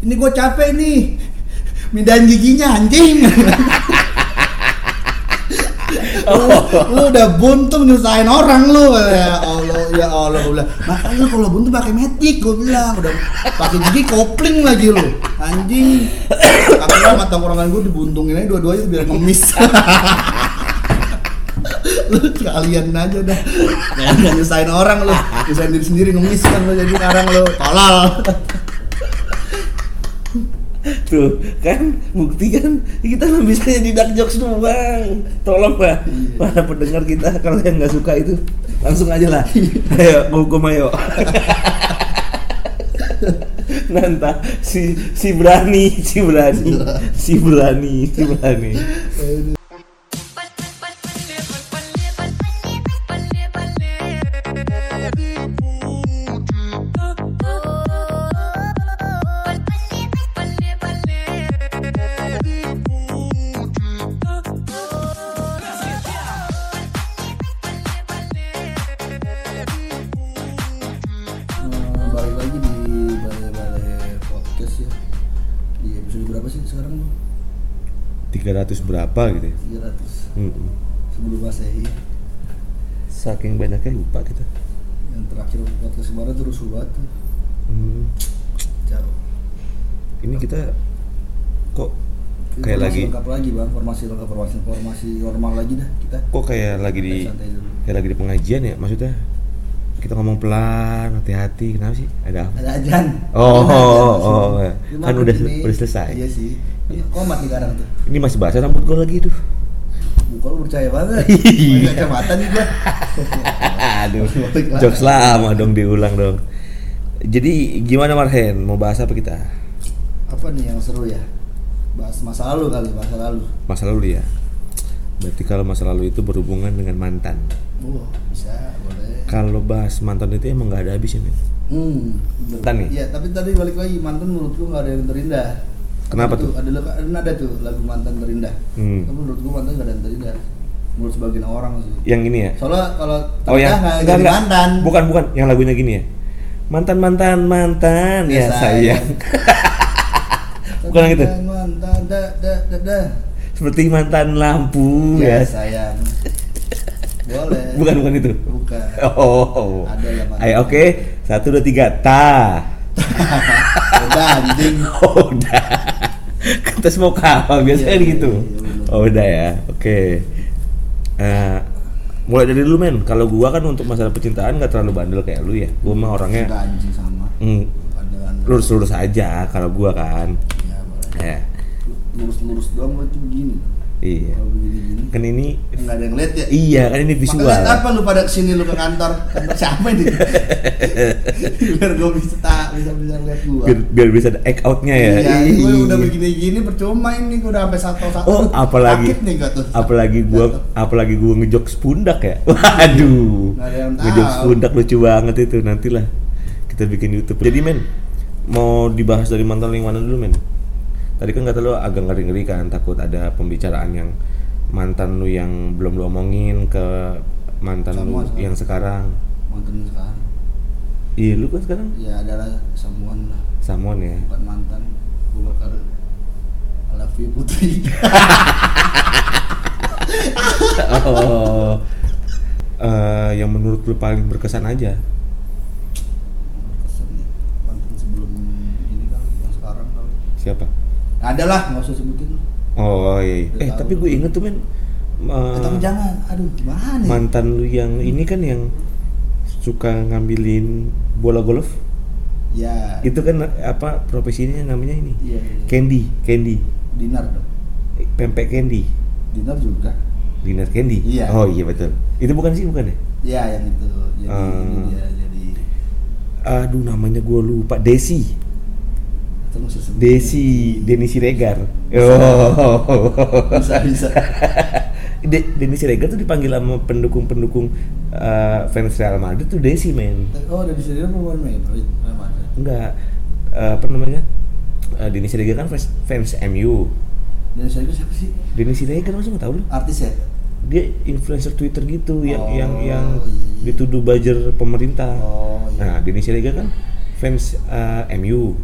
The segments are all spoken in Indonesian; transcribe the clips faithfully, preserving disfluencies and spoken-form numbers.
ini gue capek nih, mindahin giginya anjing. lu, lu udah buntung nyusahin orang lu, ya Allah, ya Allah, gue bilang, makanya lu kalau buntung pakai metik, gue bilang, udah pakai gigi kopling lagi lu, anjing. Akhirnya sama tongkrongan gue dibuntungin aja dua-duanya biar ngemis. Lu kalian aja dah, jangan nyusahin orang lu, nyusahin diri sendiri ngemis kan lu jadi sekarang lu, tolol. Tuh kan bukti kan kita nggak bisa jadi dark jokes doang. Tolong Pak, iya. Para pendengar kita kalau yang nggak suka itu langsung aja lah. Ayo hukum ayo. Nanta si si berani si berani si berani si berani. tiga ratus berapa gitu ya? tiga ratus Mm-mm. Sebelum Masehi. Saking banyaknya lupa kita. Yang terakhir podcast kemarin terus banget tuh. Hmm. Jauh. Ini kita kok Informasi kayak lagi lengkap lagi bang, informasi lengkap, informasi informasi normal lagi dah kita. Kok kayak lagi di kayak lagi di pengajian ya, maksudnya kita ngomong pelan, hati-hati, kenapa sih? Ada apa? Ada ajan. Oh, Ada oh, ajan, oh, oh. Kan udah ini, udah selesai. Iya sih. Komat nih sekarang tuh. Ini masih basah rambut gue lagi tuh. Bukan lu percaya banget. Iya. Kacamata nih gua. Aduh. Jokes lama dong diulang dong. Jadi gimana Marhen? Mau bahas apa kita? Apa nih yang seru ya? Bahas masa lalu kali, masa lalu. Masa lalu ya. Berarti kalau masa lalu itu berhubungan dengan mantan. Oh, bisa, boleh. Kalau bahas mantan itu emang nggak ada habisnya, men. Hmm. Mantan nih? Iya, tapi tadi balik lagi mantan menurut gua nggak ada yang terindah. Kenapa itu, tuh? Ada ada tuh lagu mantan terindah. Hmm. Tapi menurut gua mantan nggak ada yang terindah. Menurut sebagian orang sih. Yang ini ya? Soalnya kalau oh yang nggak enggak, enggak. mantan. Bukan bukan, yang lagunya gini ya. Mantan mantan mantan ya, ya sayang. Bukan yang itu. Mantan da da da da. Seperti mantan lampu ya, ya sayang. Boleh. Bukan bukan itu. Bukan. Oh. Ada lah mantan. Ayo oke, okay. Satu dua tiga ta. Udah anjing. Oh, udah. Kita semua kapal biasanya iya, gitu. Iya, iya, oh udah ya, oke. Okay. Uh, mulai dari dulu men. Kalau gua kan untuk masalah percintaan nggak terlalu bandel kayak lu ya. Gua mah orangnya. Enggak anjing sama. Mm, lurus-lurus aja kalau gua kan. Iya boleh. Ya. Lurus-lurus doang berarti begini. Iya. Kalau begini-gini. Kan ini. Enggak ada yang lihat ya. Iya kan ini visual. Makanya apa lu pada kesini lu ke kantor? Kantor siapa ini? Biar gua bisa tak bisa bisa lihat gua. Biar, biar bisa ada act out-nya ya. Iya. Gua udah begini-gini percuma ini gua udah sampai satu-satu. Oh apalagi. Nih, gua tuh. Apalagi gua Jatuh. apalagi gua ngejokes pundak ya. Waduh. Ngejokes pundak lucu banget itu, nantilah kita bikin YouTube. Jadi men, mau dibahas dari mantan yang mana dulu men? Tadi kan kata lu agak ngeri-ngeri kan, takut ada pembicaraan yang mantan lu yang belum lu omongin ke mantan Samuan, lu sekarang. yang sekarang. Mantan sekarang. Iya lu kan sekarang? Iya adalah samuan lah. Samuan ya. Bukan mantan. Gua bakal I love you Putri. Oh. Uh, yang menurut lu paling berkesan aja? Berkesan nih. Mantan sebelum ini kali, yang sekarang kali. Siapa? Ada lah, nggak usah sebutin. Oh iya. iya. Eh tahu. tapi gue inget tuh men. Uh, eh, tapi jangan, aduh gimana nih? Mantan lu yang ini kan yang suka ngambilin bola golf. Ya. Itu kan apa profesinya namanya ini? Iya. iya. Candy, Candy. Dinar dong. Pempek Candy. Dinar juga. Dinar Candy. Iya. Oh iya betul. Itu bukan sih bukan ya? Iya yang itu. Jadi uh, ini dia jadi. Aduh namanya gue lupa. Desi. Desi, Desi, Denny Siregar. Oh. Bisa bisa. De- Denny Siregar tuh dipanggil sama pendukung-pendukung uh, fans Real Madrid tuh Desi men. Oh Denny Siregar bukan main Real Madrid. Enggak. Uh, apa namanya? Uh, Denny Siregar kan fans, fans M U. Denny Siregar siapa sih? Denny Siregar masa nggak tahu lu? Artis ya? Dia influencer Twitter gitu, yang oh, yang yang iya. dituduh buzzer pemerintah. Oh, iya. Nah, Denny Siregar kan fans uh, M U.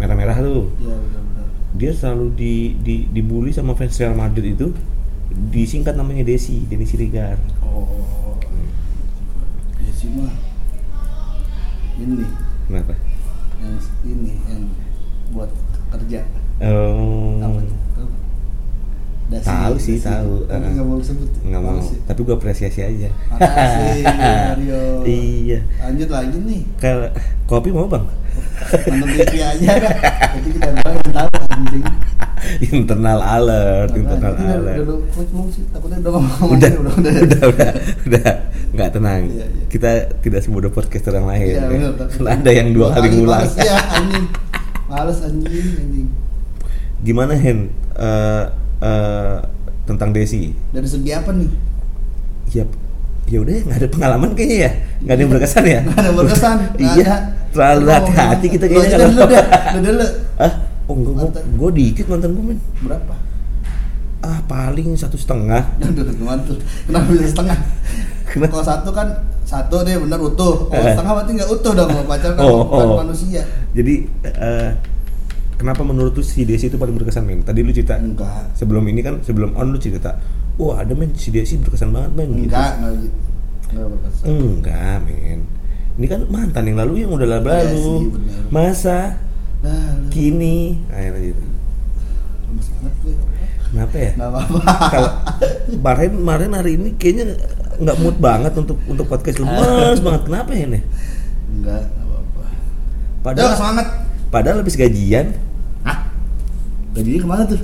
merah-merah tuh. Iya benar-benar. Dia selalu di, di dibully sama fans Real Madrid itu, disingkat namanya Desi, Denny Siregar. Oh, Desi mah ini. Kenapa? Yang ini yang buat kerja. Oh. Apa tuh? Dasi, Tahu sih, dasi. tahu. Tapi nggak mau sebut. Nggak mau. Sih. Tapi gue apresiasi aja. Makasih Mario. Iya. Lanjut lagi nih. Kalau kopi mau bang? Nonton T V aja kan. Jadi kita doang yang tahu anjing. Internal alert, Nah, internal ini alert. Udah, udah, udah, sih. Takutnya udah ngomong. Udah, udah, udah, udah, udah, udah, nggak tenang. Iya, iya. Kita tidak semudah podcaster yang lain. Iya, ya. bener, Kan ada yang dua kali ngulang. Males ya anjing. Males anjing anjing. Gimana Hen? Uh, uh, tentang Desi? Dari segi apa nih? Ya, ya udah nggak ada pengalaman kayaknya ya, nggak ada yang berkesan ya. Nggak ada yang berkesan. Nggak Iya, ada. terlalu Oh, hati-hati kita lu kayaknya aja kalau. dulu deh, lu dulu. Ah, oh enggak, gua, Mantan. gua dikit mantan gua men. Berapa? Ah paling satu setengah. Aduh, mantul. Kenapa bisa setengah? Kenapa? Kalau satu kan satu deh benar utuh. Kalau Eh. setengah berarti nggak utuh dong. Kalau pacar kan Oh, bukan oh. manusia. Jadi eh, kenapa menurut lu si Desi itu paling berkesan men? Tadi lu cerita Enggak. sebelum ini kan sebelum on lu cerita, wah ada men si Desi berkesan banget men. Gitu. Enggak, enggak gitu. Enggak berkesan. Enggak men. Ini kan mantan yang lalu yang udah lalu. Iya sih, benar. Masa Nah, lu- kini, ayo gitu. lemes banget gue. Kenapa ya? Enggak apa-apa. Kalau kemarin kemarin hari ini kayaknya nggak mood banget untuk untuk podcast lemes banget. Kenapa ya nih? Enggak, enggak apa-apa. Padahal Udah, semangat. padahal habis gajian. Hah? Gajinya kemana tuh?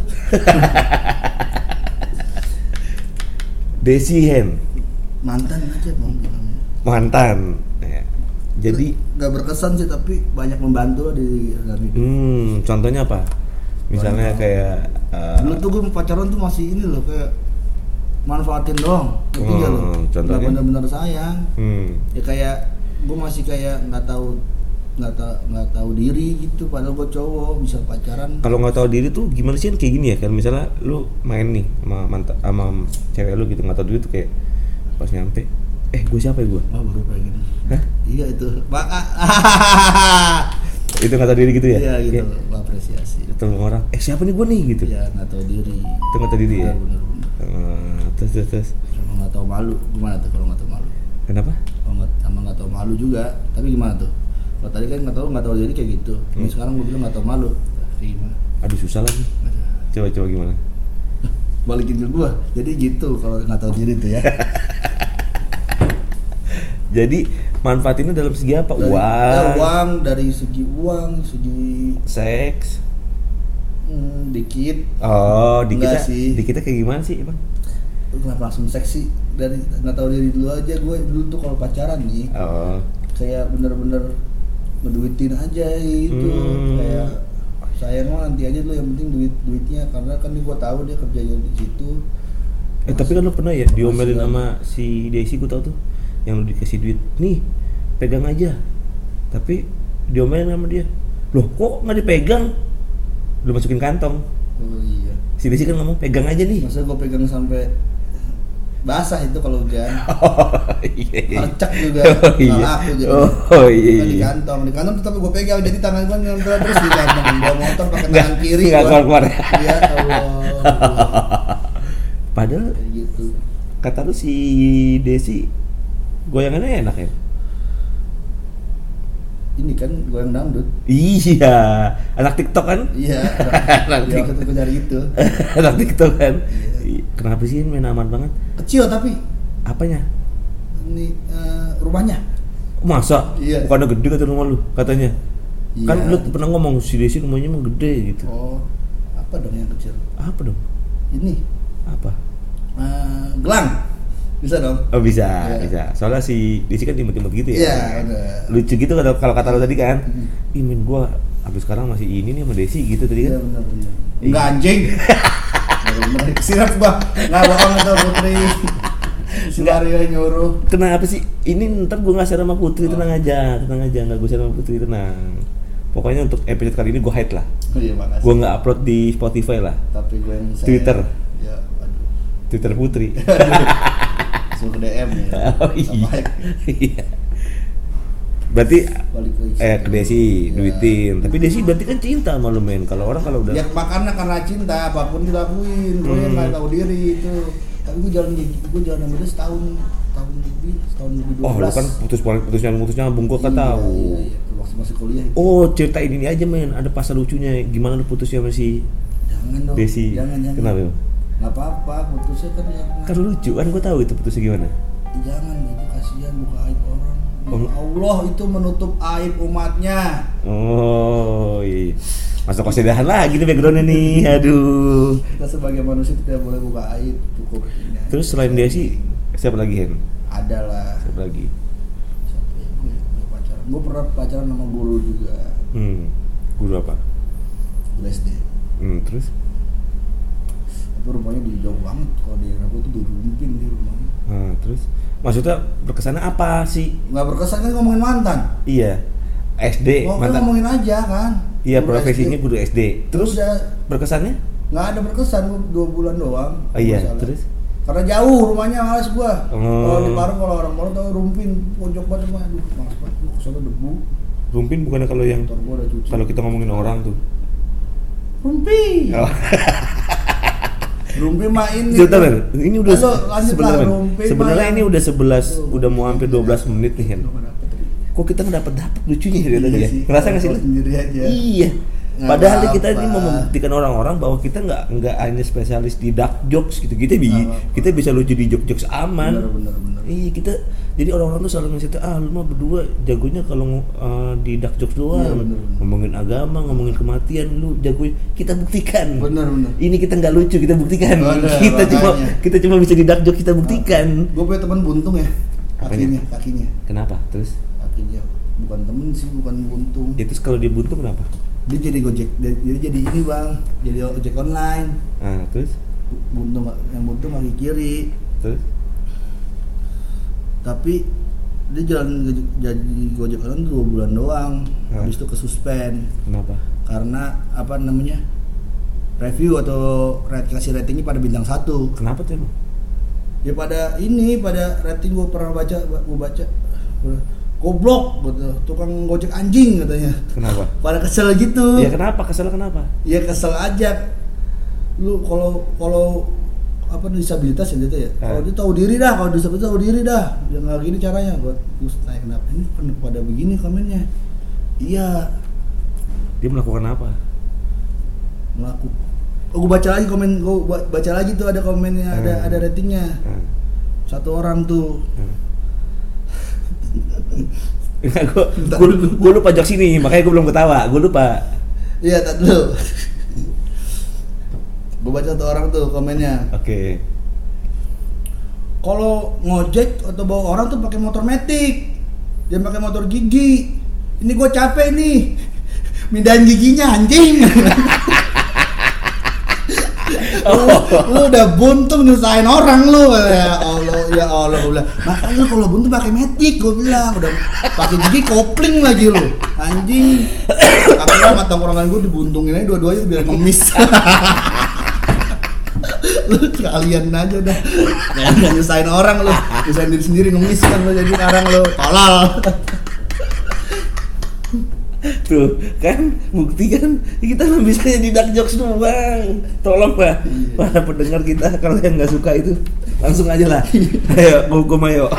Desi Hen Mantan aja mau bilangnya. mantan. Ya. Jadi Gak berkesan sih tapi banyak membantu lah di dalam hidup. hmm, contohnya apa? Misalnya Banyak. kayak uh, Dulu tuh gue pacaran tuh masih ini loh kayak manfaatin doang. Ngerti nggak lo? Hmm, contohnya? Nggak benar-benar sayang. hmm, Ya kayak gue masih kayak nggak tahu nggak tahu nggak tahu diri gitu. Padahal gue cowok bisa pacaran. kalau nggak tahu diri tuh gimana sih kayak gini ya? Kan misalnya lu main nih sama mantan sama cewek lu gitu nggak tahu diri tuh kayak pas nyampe, eh gue siapa ya gue? Wah baru kayak gini. Hah? Iya itu. Pak. Itu nggak tahu diri gitu ya? Iya gitu. Kayak Gue apresiasi. ketemu orang, eh siapa nih gue nih gitu? Ya nggak tahu diri. Itu nggak tahu diri ya? Benar-benar. Uh, terus terus terus. Sama nggak tahu malu. Gimana tuh kalau nggak tahu malu? Kenapa? Kalau nggak sama nggak tahu malu juga. Tapi gimana tuh? Kalau tadi kan nggak tahu nggak tahu diri kayak gitu. Ini Hmm. sekarang gue bilang nggak tahu malu. Jadi gimana? Aduh susah lagi. Coba coba gimana? Balikin ke gua. Jadi gitu kalau nggak tahu diri tuh ya. Jadi manfaatinnya dalam segi apa? Dari, Uang, ya, uang dari segi uang, segi seks. hmm, dikit. Oh, di kita, Enggak sih. di kita kayak gimana sih, Bang? Lu kenapa langsung seksi? Dari nggak tahu diri dulu aja gue dulu tuh kalau pacaran nih Oh, kayak bener-bener ngeduitin aja gitu. Hmm. Kayak sayang mah nanti aja dulu yang penting duit duitnya karena kan nih gua tahu dia kerjanya di situ. eh tapi kan lu pernah ya diomelin Masih sama si Desi, gue tau tuh, yang lu dikasih duit, nih pegang aja, tapi diomelin sama dia, loh kok nggak dipegang, lu masukin kantong. Oh iya. Si Desi kan ngomong pegang aja nih. Masa gua pegang sampai basah itu kalau hujan. Oh iya iya. Harcak juga. Oh iya. Nggak laku jadi. Oh iya Bukan di iya. kantong, di kantong tetap gua pegang jadi tangan gua nempel terus di kantong. Bawa motor pakai Nggak- tangan kiri. nggak gua. keluar-keluar. Iya Allah. Padahal Kayak gitu. kata lu si Desi goyangannya enak ya. Ini kan goyang dangdut. Iya, anak TikTok kan? Iya. Anak Ya TikTok. waktu itu gua nyari itu. Anak TikTok kan? Iya. Kenapa sih main aman banget? Kecil tapi Apanya? ini eh, rumahnya. Masa? Iya. Bukannya gede kata rumah lu katanya? Iya. Kan lu pernah ngomong si Desi rumahnya mah gede gitu. Oh, apa dong yang kecil? Apa dong? Ini Apa? eh, gelang. Bisa dong. Oh bisa, Iya. bisa. Soalnya si Desi kan imut-imut gitu ya. Iya, udah. Lucu gitu kalau kalau kata lu tadi kan. Hmm. Ih min gua habis sekarang masih ini nih sama Desi gitu tadi Iya kan. benar benar. Iya. Enggak anjing. Benar sirap gua. Enggak bohong itu Putri. Si Mario yang nyuruh. Kenapa sih? Ini ntar gue nggak share sama Putri, tenang aja, tenang aja, nggak gue share sama Putri, tenang. Pokoknya untuk episode kali ini gue hide lah, Oh iya makasih. gue nggak upload di Spotify lah, Tapi gue yang saya- Twitter. Ya, aduh. Twitter Putri. Langsung ke D M ya. Oh Sama iya, Mike. iya. Berarti balik lagi eh ke Desi, ya. duitin. Tapi Desi berarti kan cinta sama lu, men. Kalau orang kalau udah Ya makanya karena cinta apapun dilakuin, gue Hmm. nggak tahu diri itu. Tapi gue jalan gue jalan sama dia setahun, tahun lebih, setahun lebih dua oh, belas. lu kan putus putusnya putusnya bung gua kan Iya, tahu. Iya, iya, waktu masih kuliah. Itu. Oh, ceritain ini aja, men. Ada pasal lucunya. Gimana lu putusnya sama si Jangan dong. Desi? Jangan jangan. Kenapa? Bang? Nggak apa-apa, putusnya kan ya. Kan lucu kan, gua tahu itu putusnya gimana. Jangan, itu kasihan buka aib orang. Oh. Allah itu menutup aib umatnya. Oh, iya. Masuk kesidahan lagi nih backgroundnya nih. Aduh. Kita sebagai manusia tidak boleh buka aib, cukup. Ini aja. Terus selain Desi, siapa lagi, Hen? Ada lah. Siapa lagi? Siapa ya? Gue, gue pacaran. Gue pernah pacaran sama guru juga. Hmm. Guru apa? Guru S D. Hmm, terus? Tapi rumahnya di jauh banget. Kalau di aku tuh di Rumpin di rumahnya. Hmm, terus? Maksudnya berkesannya apa sih? Nggak berkesan kan ngomongin mantan. Iya. S D, Oh, kan mantan. ngomongin aja kan. Iya, Guru profesinya S D. guru S D. Terus Udah berkesannya? nggak ada berkesan, gua dua bulan doang. Oh iya, Masalah. terus? Karena jauh rumahnya, males gua. Oh. Kalau di Parung, kalau orang Parung tahu Rumpin pojok banget rumah, aduh males banget gua kesana debu. Rumpin bukannya kalau yang Motor gua udah cuci. kalau kita ngomongin orang tuh. Rumpin. Oh. Rumpin mah ini. Sebentar, Ben. Ini udah Halo, lanjut sebenarnya, lah, Ben. Rumpin Sebenarnya mah ini yang- udah sebelas, Tuh. udah mau hampir dua belas menit nih, Hen. Lu nggak dapet, Ri. Kok kita nggak dapat dapat lucunya dari tadi Iya ya? sih, Ngerasa nggak sih kalau lu? sendiri aja. Iya. Nggak Padahal apa-apa. kita ini mau membuktikan orang-orang bahwa kita nggak nggak hanya spesialis di dark jokes gitu. Kita bi Nggak apa-apa. kita bisa lucu di jokes-jokes aman. Bener, bener, bener. Iya, kita jadi orang-orang tuh selalu ngasih ah lu mah berdua jagonya kalau uh, di dark jokes doang. Iya, bener, bener. Ngomongin agama, ngomongin kematian lu jagonya. Kita buktikan. Bener, bener. Ini kita nggak lucu, kita buktikan. Bener, kita cuma makanya. kita cuma bisa di dark jokes, kita buktikan. Gue punya teman buntung ya, kakinya, Apanya? kakinya, Kenapa? Terus? kakinya. Bukan temen sih, bukan buntung. Ya, terus kalau dia buntu kenapa? Dia jadi gojek, dia, dia jadi ini bang, jadi ojek online. Ah, terus? Buntung, yang buntung kaki kiri. Terus? Tapi dia jalan gojek- jadi gojek online dua bulan doang. Ah. Habis itu kesuspend Kenapa? karena apa namanya, review atau rate, kasih ratingnya pada bintang satu. Kenapa tuh emang? Ya pada ini, pada rating gue pernah baca, gue baca goblok gitu, tukang gojek anjing katanya. Kenapa? Pada kesel gitu. Ya kenapa? Kesel kenapa? Ya kesel aja. Lu kalau kalau apa disabilitas ya gitu ya. Kalau Eh. dia tahu diri dah, kalau disabilitas tahu diri dah. Jangan gini caranya. Buat terus tanya kenapa ini pen- pada begini komennya. Iya, Dia melakukan apa? melaku. Oh, gue baca lagi komen, gue baca lagi tuh ada komennya, ada Hmm. ada ratingnya. Hmm. Satu orang tuh. Enggak, gue Bentar gue dulu. gue lupa jokes ini, makanya gue belum ketawa. Gue lupa. Iya, tak dulu. Gue baca satu orang tuh komennya. Oke. Kalau ngojek atau bawa orang tuh pakai motor metik, jangan pakai motor gigi. Ini gue capek nih, mindahin giginya anjing. lu, lu udah buntu nyusahin orang lu, ya Allah, ya Allah, gue bilang. Makanya lu kalau buntu pakai metik, gue bilang. Udah pakai gigi kopling lagi lu, anjing. Akhirnya sama tongkrongan gue dibuntungin aja dua-duanya biar ngemis. Lu kalian aja udah, jangan nyusahin orang lu, nyusahin diri sendiri, ngemis kan lu jadi sekarang lu, tolol. Tuh kan bukti kan kita nggak bisa jadi dark jokes doang. Tolong pak, para pendengar kita kalau yang nggak suka itu langsung aja lah. Ayo hukum ayo.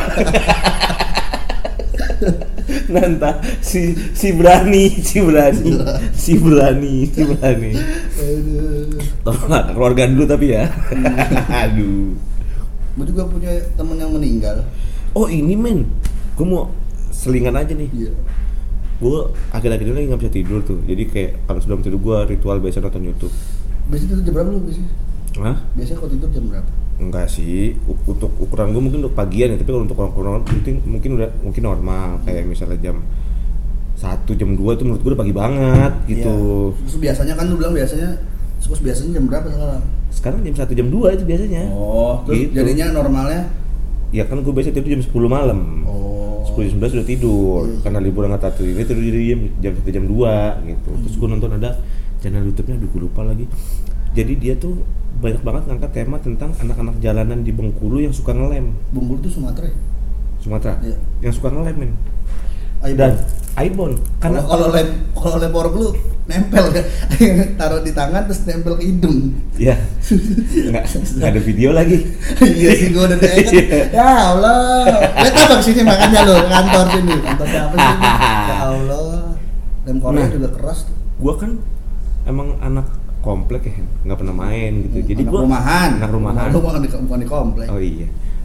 Nanta si si berani si berani si berani si berani. Aduh. Tolong lah keluarga dulu tapi ya. Aduh. Gue juga punya temen yang meninggal. Oh ini men, gue mau selingan aja nih. Iya. Gue akhir-akhir ini lagi nggak bisa tidur tuh. Jadi kayak kalau sebelum tidur gue ritual biasa nonton YouTube. Biasanya tidur jam berapa lu biasanya? Hah? Biasanya kalau tidur jam berapa? Enggak sih, U- untuk ukuran gue mungkin untuk pagian ya, tapi kalau untuk orang-orang mungkin mungkin udah mungkin normal kayak misalnya jam satu jam dua itu menurut gue udah pagi banget gitu. Iya. Terus biasanya kan lu bilang biasanya, terus biasanya jam berapa sekarang? Sekarang jam satu jam dua itu biasanya. Oh, terus Gitu. jadinya normalnya? Ya kan gue biasa tidur jam sepuluh malam. Oh. sepuluh jam sebelas sudah tidur. Iya. Karena liburan nggak tahu ini tidur jadi jam jam satu jam dua gitu. Terus gue nonton ada channel YouTube-nya, aduh gue lupa lagi. Jadi dia tuh banyak banget ngangkat tema tentang anak-anak jalanan di Bengkulu yang suka ngelem. Bengkulu tuh Sumatera ya? Sumatera. Iya. Yang suka ngelem men. dan iPhone. Karena kalau lem kalau lem power glue nempel kan, taruh di tangan terus nempel ke hidung. Iya. Enggak enggak ada video lagi. Iya sih gua udah deket. Ya Allah. Lihat apa sini makanya lo kantor sini. Kantor siapa sih? Ya Allah. Lem Korea nah, juga keras tuh. Gua kan emang anak komplek ya, nggak pernah main gitu. Jadi anak gua rumahan. Anak rumahan. Lu bukan di, bukan di komplek. Oh iya.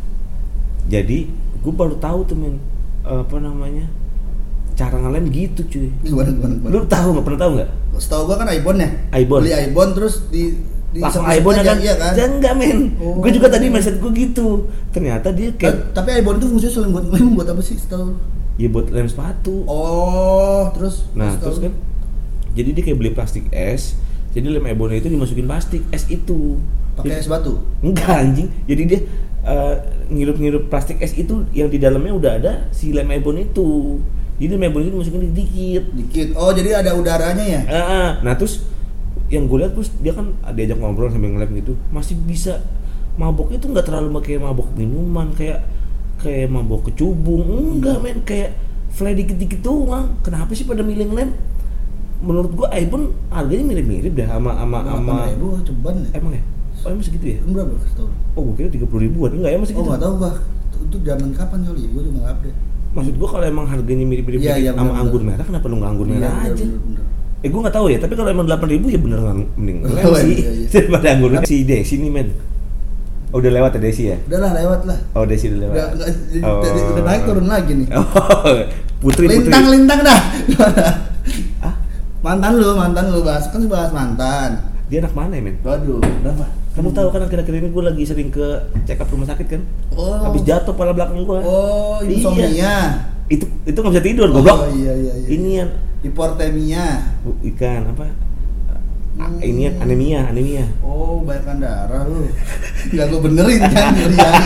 Jadi gua baru tahu tuh men apa namanya? Cara ngelem gitu cuy. Gimana gimana gimana. Lu tahu enggak pernah tahu enggak? Setahu gua kan iPhone ya. iPhone. Beli iPhone terus di di langsung iPhone kan? Iya kan? Ya enggak men. Oh. Gue juga tadi mindset gue gitu. Ternyata dia kayak. Tapi iPhone itu fungsinya selain buat lem buat apa sih setahu? Ya buat lem sepatu. Oh, terus. Nah terus, terus kan. Jadi dia kayak beli plastik es. Jadi lem iPhone itu dimasukin plastik es itu. Pakai es batu? Enggak anjing. Jadi dia uh, ngirup-ngirup plastik es itu yang di dalamnya udah ada si lem iPhone itu. Jadi lem iPhone itu dimasukin dikit. Dikit. Oh jadi ada udaranya ya? Uh, nah terus yang gue lihat terus dia kan diajak ngobrol sambil ngelem gitu masih bisa maboknya tuh nggak terlalu kayak mabok minuman kayak kayak mabok kecubung enggak men kayak fly dikit-dikit doang. Kenapa sih pada milih ngelem? Menurut gue iPhone harganya mirip-mirip dah sama sama sama delapan ribu ceban ya? Emang ya? Oh emang segitu ya? Berapa setahun? Oh gue kira tiga puluh ribuan enggak ya masih gitu? Oh nggak tahu bah itu zaman kapan kali? Gue juga nggak update. Maksud gue kalau emang harganya mirip-mirip ya, ya, sama anggur merah kenapa lu nggak anggur merah ya, aja? Bener, bener. Eh gue nggak tahu ya, tapi kalau emang delapan ribu ya bener nggak mending ngelem oh, sih iya, iya. daripada anggur merah. Si Desi nih men, oh, udah lewat ya Desi ya? Udah lah lewat lah. Oh Desi udah lewat. Udah, oh. udah naik turun lagi nih. Oh, putri lintang putri. lintang dah. Ah? Mantan lu, mantan lu bahas kan bahas mantan. Dia anak mana ya men? Waduh, berapa? Kamu tahu kan akhir-akhir ini gue lagi sering ke check up rumah sakit kan? Oh. Habis jatuh pala belakang gue. Oh, insomnia. Iya. Itu itu nggak bisa tidur, goblok. Oh iya iya iya. Ini yang hipotermia. Ikan apa? Hmm. Ini anemia, anemia. Oh, banyakkan darah lu. Enggak gue benerin kan nyari.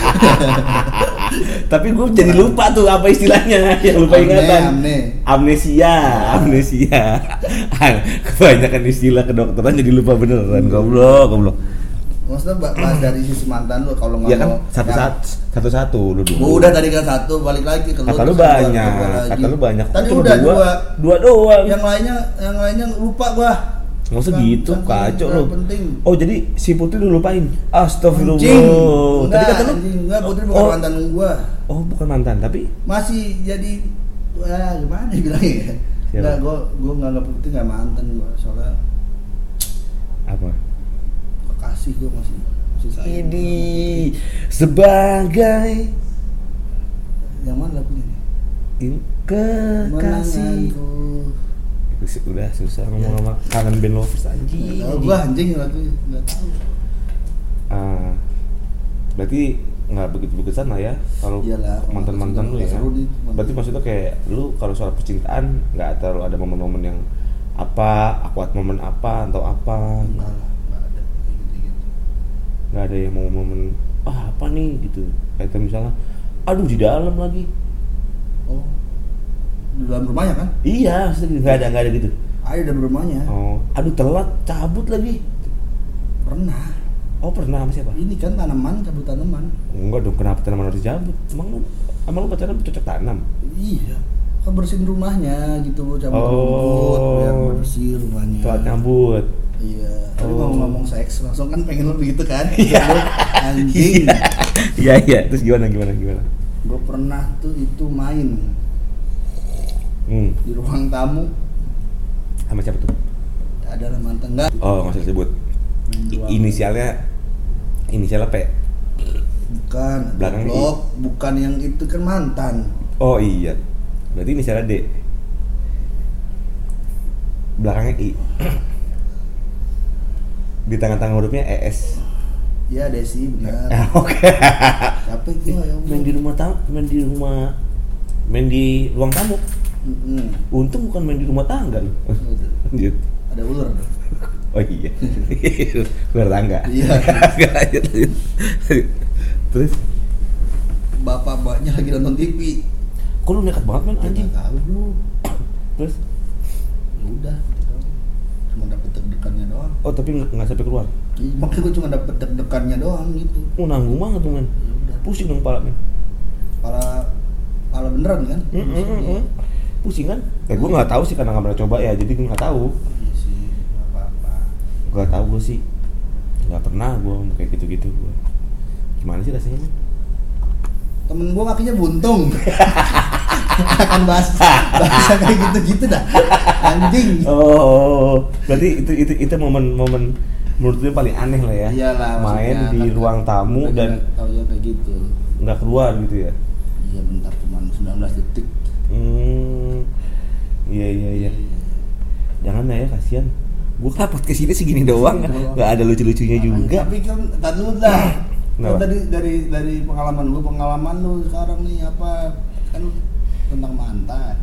Tapi gue jadi lupa tuh apa istilahnya, yang lupa amne, ingatan. Amne. Amnesia, amnesia. Kebanyakan istilah kedokteran jadi lupa beneran, goblok, goblok. Maksudnya bahas dari sisi mantan lu kalau ngomong. Iya kan satu-satu, satu-satu lu dulu. Udah tadi kan satu, balik lagi ke lu. Kata lu banyak, kata lu banyak. Tadi udah dua, dua, dua doang. Yang lainnya, yang lainnya lupa gua. Maksud gitu, kacau lu. Penting. Oh jadi si Putri lu lupain? Astagfirullah. Enggak, tadi kata lu enggak, Putri bukan oh, mantan gua. Oh bukan mantan, tapi masih jadi, wah gimana bilangnya ya? Enggak, gua gua enggak Putri enggak mantan gua, soalnya apa? Kekasih gua masih masih sayang. Ini sebagai yang mana lagunya nih? Ini kekasih. Udah susah ngomong sama ya. Kangen band lovers anjing. Oh, gua anjing lagu enggak tahu. Uh, berarti nggak begitu begituan lah ya kalau mantan-mantan lu ya. Nih, berarti maksudnya kayak lu kalau soal percintaan nggak terlalu ada momen-momen yang apa, awkward momen apa atau apa? Enggak lah, nggak ada gitu-gitu. Nggak ada yang momen-momen ah apa nih gitu. Kayak misalnya, aduh di dalam lagi. Oh. Di dalam rumahnya kan? Iya, nggak ada nggak ada gitu. Ada dalam rumahnya. Oh, aduh telat cabut lagi. Pernah. Oh pernah sama siapa? Ini kan tanaman, cabut tanaman. Enggak dong, kenapa tanaman harus cabut? Emang lu, emang lu pacaran cocok tanam? Iya. Kan bersihin rumahnya gitu loh, cabut oh. rumput, biar bersih rumahnya. Telat nyambut. Iya. Tapi oh. ngomong-ngomong seks, langsung kan pengen lu begitu kan? Iya. Anjing. Iya iya. Terus gimana gimana gimana? Gue pernah tuh itu main. Hmm. Di ruang tamu sama siapa tuh? Ada mantan enggak? Oh nggak usah sebut. Inisialnya inisialnya P. Bukan. Belakang I. Bukan yang itu kan mantan. Oh iya. Berarti inisialnya D. Belakangnya I. Di tengah-tengah hurufnya E S. Iya Desi benar. Oke. Siapa itu ya? Main di rumah tamu, main di rumah, main di ruang tamu. Mm-hmm. Untung bukan main di rumah tangga loh. Lanjut. Ada ular. Oh iya. Ular tangga. Iya. Terus bapak-bapaknya lagi nonton T V. Kok lu nekat banget men anjing? Enggak tahu lu. Terus ya udah, cuma dapet deg-degannya doang. Oh, tapi enggak sampai keluar. Iya, makanya gue cuma dapet deg-degannya doang gitu. Oh, nanggung banget tuh men. Ya udah. Pusing dong kepala men. Kepala kepala malah beneran kan? Mm, mm, mm, mm. Pusing kan? Eh gue nggak tahu sih karena nggak pernah coba ya, jadi gue nggak tahu. Iya sih, nggak apa-apa. Nggak tahu gue sih, nggak pernah gue kayak gitu-gitu. Gua. Gimana sih rasanya? Man? Temen gue kakinya buntung. Akan bahas bahasa kayak gitu-gitu dah. Anjing. Oh, berarti itu itu itu momen-momen menurut gue paling aneh lah ya. Iyalah, main di kan, ruang tamu dan tahu ya kayak gitu. Nggak keluar gitu ya. Iya bentar cuma sembilan belas detik. Hmm. Iya iya iya. Jangan lah ya, kasihan. Gue kan podcast ini segini doang, nggak ada lucu-lucunya juga. Tapi kan tadi lu dah. Kenapa? Kan tadi dari dari pengalaman lu, pengalaman lu sekarang nih apa kan tentang mantan.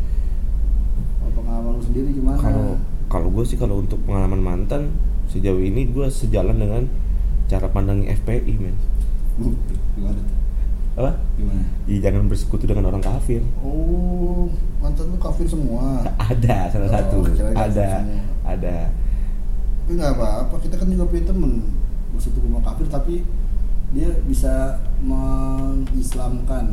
Kalau pengalaman lu sendiri gimana? Kalau kalau gue sih kalau untuk pengalaman mantan sejauh ini gue sejalan dengan cara pandang F P I men. Uh, gimana tuh? Apa? Gimana? Ya, jangan bersekutu dengan orang kafir. Oh, mantan lu kafir semua. Ada salah Oh, satu. Ada, semua. ada. Tapi nggak apa-apa, kita kan juga punya temen bersatu sama kafir tapi dia bisa mengislamkan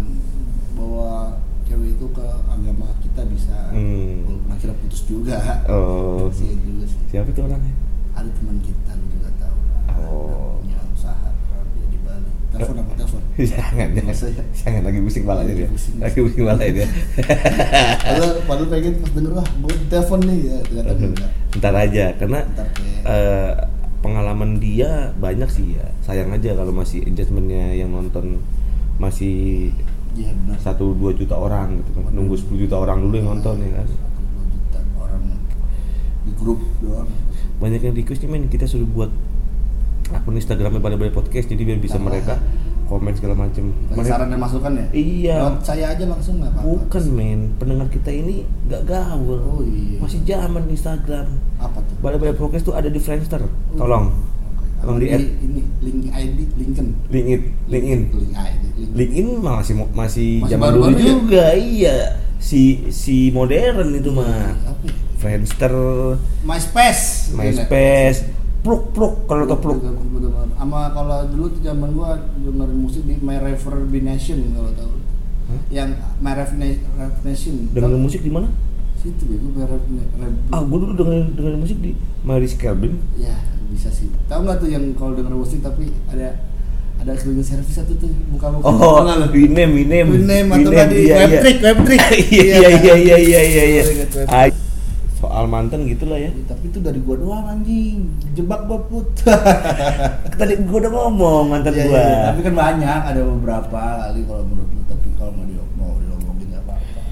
bahwa cewek itu ke agama kita bisa, Hmm. walaupun akhirnya putus juga. Oh. Sih juga sih. Siapa itu orangnya? Ada teman kita lu juga tahu lah. Oh. Punya usaha kan dia di Bali. Telepon apa telepon? jangan, jangan, Saya. jangan lagi pusing palanya dia. Pusing. Lagi pusing palanya dia. Padahal padahal pengen pas denger wah gue telepon nih ya ternyata enggak. Ntar aja, karena Ntar kayak eh, pengalaman dia banyak sih ya. Sayang aja kalau masih engagementnya yang nonton masih iya benar. satu dua juta orang gitu kan. Nunggu sepuluh juta orang dulu yang nonton ya kan. Satu dua juta orang di grup doang. Banyak yang request nih men, kita suruh buat akun Instagramnya Balai-Balai Podcast jadi biar bisa Nah, mereka komen segala macem. Kasih Mereka- saran dan masukan ya? Iya. Lewat saya aja langsung nggak apa-apa. Bukan men, pendengar kita ini gak gaul. Oh iya. Masih zaman Instagram. Apa tuh? Balai-Balai Podcast tuh ada di Friendster. Tolong. Tolong Apa di add. ini link I D, linken. LinkedIn, LinkedIn. Link I D, link. LinkedIn masih masih, masih Masih zaman baru-baru dulu ya? juga. Iya. Si si modern itu mah. Apa ya? Friendster, MySpace. MySpace, pluk pluk kalau tau pluk. Sama kalau dulu tuh zaman gua dengerin musik di My Rever Nation kalau tahu. Hah? Yang My Rever Nation. Dengerin musik di mana? Situ bego My Rever. Ah, gua dulu dengerin dengerin musik di Maris Kelvin. Ya bisa sih. Tahu nggak tuh yang kalau denger musik tapi ada ada cleaning service satu tuh buka-buka. Oh, Winem, Winem. Winem atau Winem, tadi iya, web iya. trick, web trick. Iya iya iya iya iya iya. iya. Oh, ingat web Ah, soal mantan gitulah ya. Ya, tapi itu dari gua doang anjing. Jebak gua put. Tadi gua udah ngomong mantan Iya, gua. iya, tapi kan banyak, ada beberapa kali kalau menurut lu, tapi kalau mau di mau diomongin nggak apa-apa.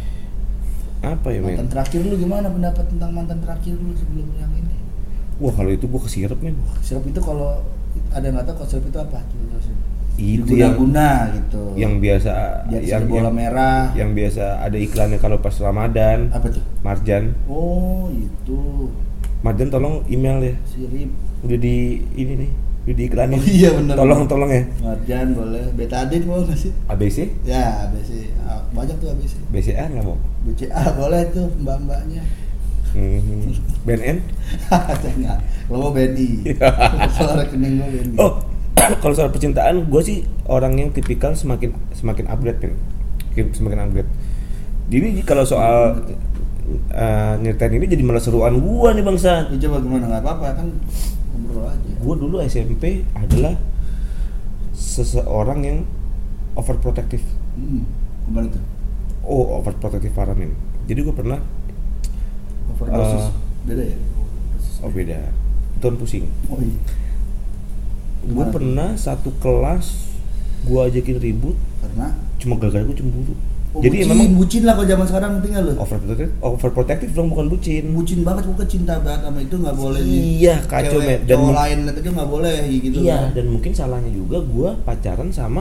Apa ya men? Mantan terakhir lu gimana pendapat tentang mantan terakhir lu sebelum yang ini? Wah kalau itu gua kesirep men. Sirup itu kalau ada yang nggak tahu kalau sirup itu apa? Coba jelasin. Itu yang Guna-guna gitu. yang biasa Biar yang bola yang, merah. yang biasa ada iklannya kalau pas Ramadan. Apa tuh? Marjan. Oh itu Marjan tolong email ya. sirip. Udah di ini nih. Udah di iklanin. Oh, iya, bener. Tolong tolong ya. Marjan boleh. Betadine mau nggak sih? A B C? Ya A B C. Ah, banyak tuh A B C. B C A nggak mau? B C A boleh tuh mbak-mbaknya. Hmm. B N N? Enggak. Lo mau B N I. Soal rekening gue B N I. Oh, kalau soal percintaan, gue sih orang yang tipikal semakin semakin upgrade kan, semakin upgrade. Jadi kalau soal uh, nyeritain ini jadi malah seruan gue nih bangsa. Ya, coba gimana nggak apa-apa kan ngobrol aja. Gue dulu S M P adalah seseorang yang overprotective. Hmm. Kembali tuh. Oh, overprotective parah men. Jadi gue pernah Overdosis. Uh, beda ya? Overdosis. oh beda, ton pusing. Oh iya. Gue Gimana? pernah satu kelas gue ajakin ribut Karena cuma gara-gara gue cemburu. oh, Jadi bucin, memang bucin lah kalau zaman sekarang tinggal lu. overprotective, overprotective dong bukan bucin. Bucin banget, gue cinta banget sama itu nggak boleh nih. Iya kacau men. Dan cowok mu- lain itu nggak boleh gitu. iya kan. dan mungkin salahnya juga gue pacaran sama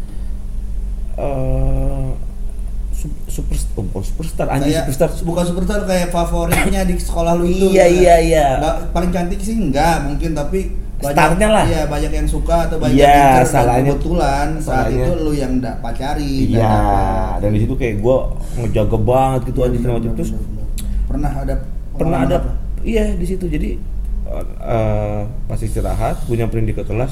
eh su- super oh, bukan superstar anjing Kayak, superstar. bukan superstar kayak favoritnya di sekolah lu itu. Iya, gitu. iya, iya. Nggak- paling cantik sih enggak mungkin tapi banyak, Starnya lah. Iya banyak yang suka atau banyak Iya, yang incer, dan salahnya- kebetulan saat salahnya- itu lu yang nggak pacari. Iya nggak dan di situ kayak gue ngejaga banget gitu dapet. aja segala macam. Bener, Terus bener, bener. pernah ada pernah pengalaman ada apa? iya di situ jadi uh, uh, pas istirahat gue nyamperin dia ke kelas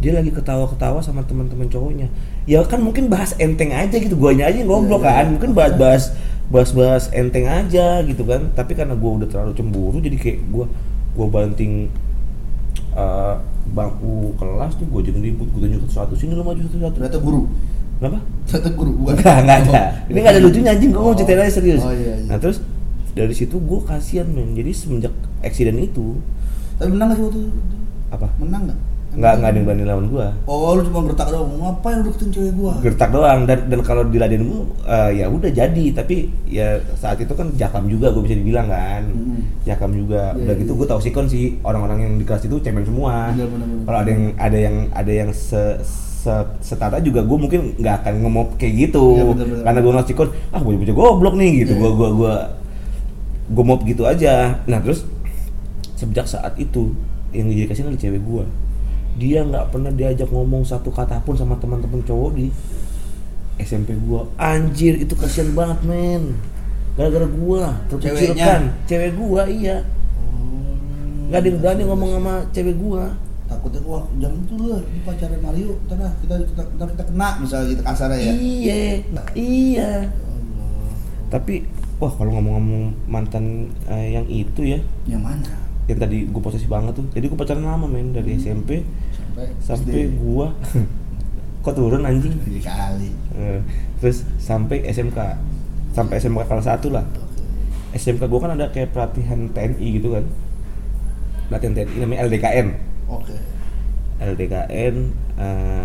dia lagi ketawa-ketawa sama teman-teman cowoknya. Ya kan mungkin bahas enteng aja gitu, guanya aja yang goblok yeah, kan, yeah. Mungkin bahas-bahas bahas-bahas enteng aja gitu kan. Tapi karena gua udah terlalu cemburu, jadi kayak gua gua banting uh, bangku kelas tuh, gua jadi ribut, gua tunjuk satu sini lu maju satu-satu. Ternyata guru. Kenapa? Ternyata guru bukan. Enggak, enggak ada. Ini enggak ada lucunya anjing, gua mau ceritain aja serius. Oh, iya, iya. Nah, terus dari situ gua kasihan men. Jadi semenjak eksiden itu, tapi menang enggak sih waktu itu? Apa? Menang enggak? Enggak, enggak ada yang berani lawan gua. Oh, lu cuma gertak doang. Ngapain lu deketin cewek gua? Gertak doang, dan dan kalau diladenin uh, ya udah jadi, tapi ya saat itu kan jakam juga gua bisa dibilang kan. Mm-hmm. Jakam juga. Yeah, udah yeah, gitu gua tahu sikon sih orang-orang yang di kelas itu cemen semua. Kalau ada yang ada yang ada yang se, se setara juga gua mungkin nggak akan ngemop kayak gitu. Yeah, bener, bener, karena gua ngasih sikon, ah gua bocah goblok nih gitu. Yeah. Gua gua gua gua mop gitu aja. Nah, terus sejak saat itu yang jadi kasihan adalah cewek gua. Dia nggak pernah diajak ngomong satu kata pun sama teman-teman cowok di S M P gua. Anjir, itu kasihan banget men. Gara-gara gua terkucilkan. Cewek gua iya. Nggak ada yang berani ngomong sama cewek gua. Takutnya wah jangan tuh lu pacaran Mario, ntar kita kita kita, kita kena misalnya kita kasar ya. Iya, iya. Allah. Tapi wah kalau ngomong-ngomong mantan uh, yang itu ya. Yang mana? Yang tadi gue posesif banget tuh. Jadi gue pacaran lama men dari S M P sampai sampai gue kok turun anjing kali. Uh, terus sampai S M K. Sampai S M K kelas satu lah. Okay. S M K gue kan ada kayak pelatihan T N I gitu kan. Pelatihan T N I namanya L D K N. Oke. Okay. L D K N uh,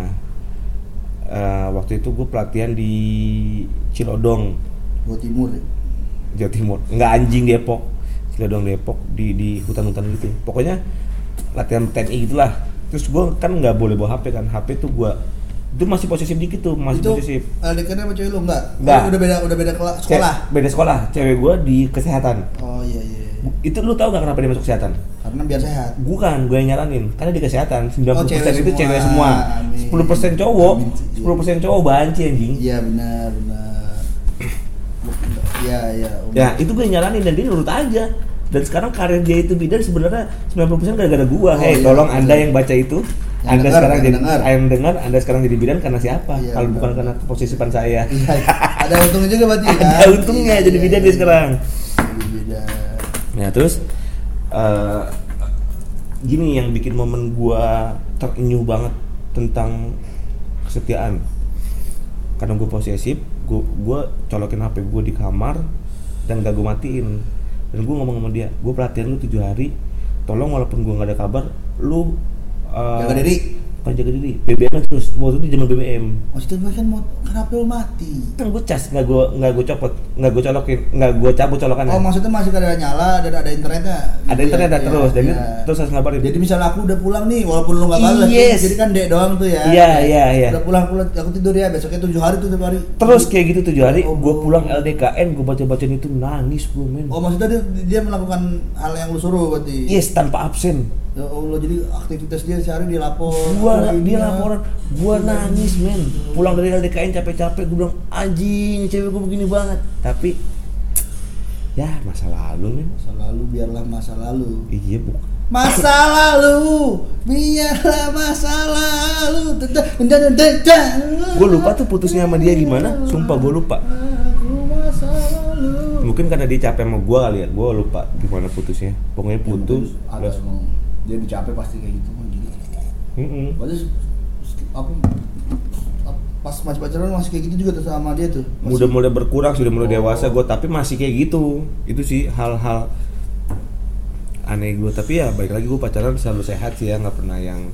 uh, waktu itu gue pelatihan di Cilodong, Jawa Timur ya? Jawa Timur. Enggak anjing, Depok. Cilodong Depok di di hutan-hutan gitu. Pokoknya latihan T N I gitulah. Terus gue kan nggak boleh bawa H P kan. H P tuh gue itu masih posesif dikit tuh, masih itu, posesif. L D K N sama cewek lu enggak? Enggak. Oh, udah beda udah beda kela- sekolah. Ce- beda sekolah. Cewek gue di kesehatan. Oh iya iya. Itu lu tahu gak kenapa dia masuk kesehatan? Karena biar sehat. Bukan, gue yang nyaranin. Karena di kesehatan sembilan puluh persen oh, itu cewek semua. Amin. sepuluh persen cowok. Amin. sepuluh persen cowok banci anjing. Iya benar benar. Iya iya. Ya, itu gue nyaranin dan dia nurut aja. Dan sekarang karir dia itu bidan sebenarnya sembilan puluh persen gara-gara gua. Oh, Hei, iya, tolong betul. Anda yang baca itu, yang Anda dengar, sekarang jadi yang dengar, Anda sekarang jadi bidan karena siapa? Iya, kalau bukan karena posisipan saya. Iya, ada untungnya juga berarti kan? Ada untungnya iya, jadi bidan iya, dia iya. sekarang. Jadi bidan. Nah, terus uh, gini yang bikin momen gua terenyuh banget tentang kesetiaan. Karena gua posesif, gua, gua colokin H P gua di kamar dan gak gua matiin. Dan gue ngomong sama dia, gue pelatihan lu tujuh hari, tolong walaupun gue nggak ada kabar, lu uh, jaga diri, bukan jaga diri, B B M terus, waktu itu zaman B B M. Oh itu kan mau kenapa lu mati? Kan gue cas, nggak gue nggak gue copot, nggak gue colokin, nggak gue cabut colokannya. Oh maksudnya masih ada nyala dan ada internetnya? Ada internet ya, terus, ya, jadi ya. terus harus ngabarin. Jadi misalnya aku udah pulang nih, walaupun lu nggak balik, yes. jadi kan dek doang tuh ya. Iya iya iya. Udah pulang pulang, aku tidur ya, besoknya tujuh hari tuh tujuh hari. Terus kayak gitu tujuh hari, oh, gue pulang L D K N, gue baca bacain itu nangis gue men. Oh maksudnya dia, dia melakukan hal yang lu suruh berarti? Yes, tanpa absen. Ya Allah, jadi aktivitas dia sehari dia lapor. Gua dia laporan, gua nangis men. Pulang dari L D K N capek-capek, gua bilang anjing cewek gua begini banget. Tapi ya masa lalu men. Masa lalu biarlah masa lalu. Iya bu. Masa lalu biarlah masa lalu. Gua lupa tuh putusnya sama dia gimana. Sumpah gua lupa. Mungkin karena dia capek sama gua kali ya. Gua lupa gimana putusnya. Pokoknya putus. Ya, ada emang dia dicapek pasti kayak gitu kan gitu. Heeh. Padahal apa pas masih pacaran masih kayak gitu juga tuh sama dia tuh. Masih... Udah mulai berkurang, sudah mulai oh. dewasa gue, tapi masih kayak gitu. Itu sih hal-hal aneh gue. Tapi ya baik lagi gue pacaran selalu sehat sih ya, nggak pernah yang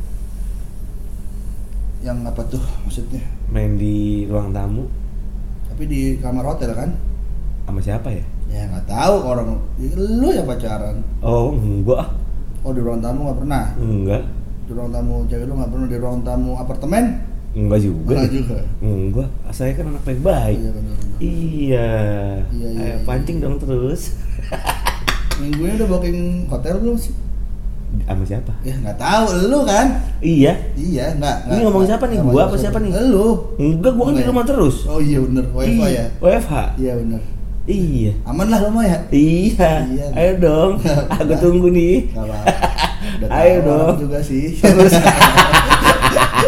yang apa tuh maksudnya? Main di ruang tamu. Tapi di kamar hotel kan? Sama siapa ya? Ya nggak tahu orang lu yang pacaran. Oh enggak. Oh di ruang tamu nggak pernah? Enggak. Di ruang tamu cewek lu nggak pernah di ruang tamu apartemen? Enggak juga. Enggak juga. Enggak. Saya kan anak baik-baik. Iya benar. Iya. Iya, iya. Ayo pancing iya. dong terus. Minggunya udah booking hotel belum sih? Sama siapa? Ya nggak tahu, lu kan? Iya. Iya nggak. Ini ngomong siapa nih? Gua apa siapa nih? Lu. Enggak, gua kan di rumah terus. Oh iya benar. W F H ya. W F H. Iya benar. Iya. Aman lah rumah ya? Iya. Iya ayo dong. Aku tunggu nih. Enggak apa-apa. Ayo dong. Juga sih.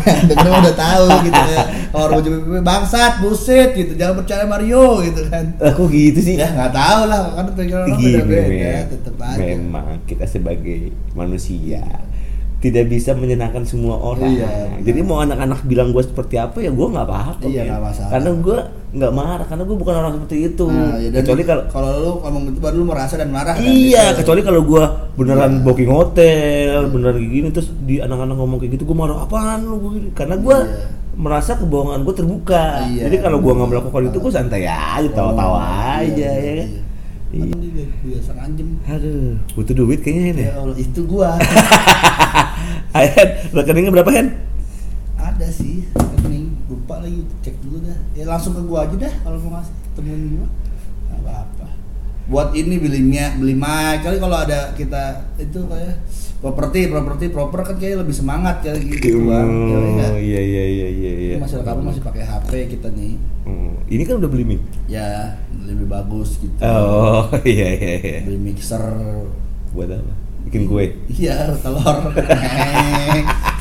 Denger udah tahu gitu ya. Kalau baju P P P bangsat, buset gitu. Jangan percaya Mario gitu kan. Aku gitu sih. Ya nggak tahu lah, kan pikiran orang Gini, beda-beda, tetep aja. memang kita sebagai manusia tidak bisa menyenangkan semua orang. Iya, jadi mau anak-anak bilang gue seperti apa ya gue nggak apa-apa. Iya, ya. nggak masalah. Karena gue nggak marah, karena gue bukan orang seperti itu. Nah, ya, kecuali kalau kalau lu ngomong itu baru lu merasa dan marah. iya, kan, kecuali kalau gue beneran iya. booking hotel, beneran kayak gini terus di anak-anak ngomong kayak gitu gue marah apaan lu gua gini. Karena gue Iya. merasa kebohongan gue terbuka. Iya. Jadi kalau gue nggak melakukan itu gue santai aja, tawa-tawa Oh, aja iya, ya iya, kan. iya. Iya. Kan dia biasa anjem. Aduh, butuh duit kayaknya ini. Ya Allah, itu gua. Hen, rekeningnya berapa Hen? Ada sih rekening, lupa lagi, cek dulu dah. Ya langsung ke gua aja dah kalau mau ngasih, temuin gua. Enggak apa-apa. Buat ini beli mic, beli mic. Kali kalau ada kita itu kayak properti, properti proper kan kayak lebih semangat kayak gitu Oh, kan. iya iya iya iya iya. Masih rekaman masih pakai H P kita nih. Hmm, ini kan udah beli mic. Ya, lebih bagus gitu. Oh, iya iya iya. Beli mixer Buat apa? Bikin kue. iya telur.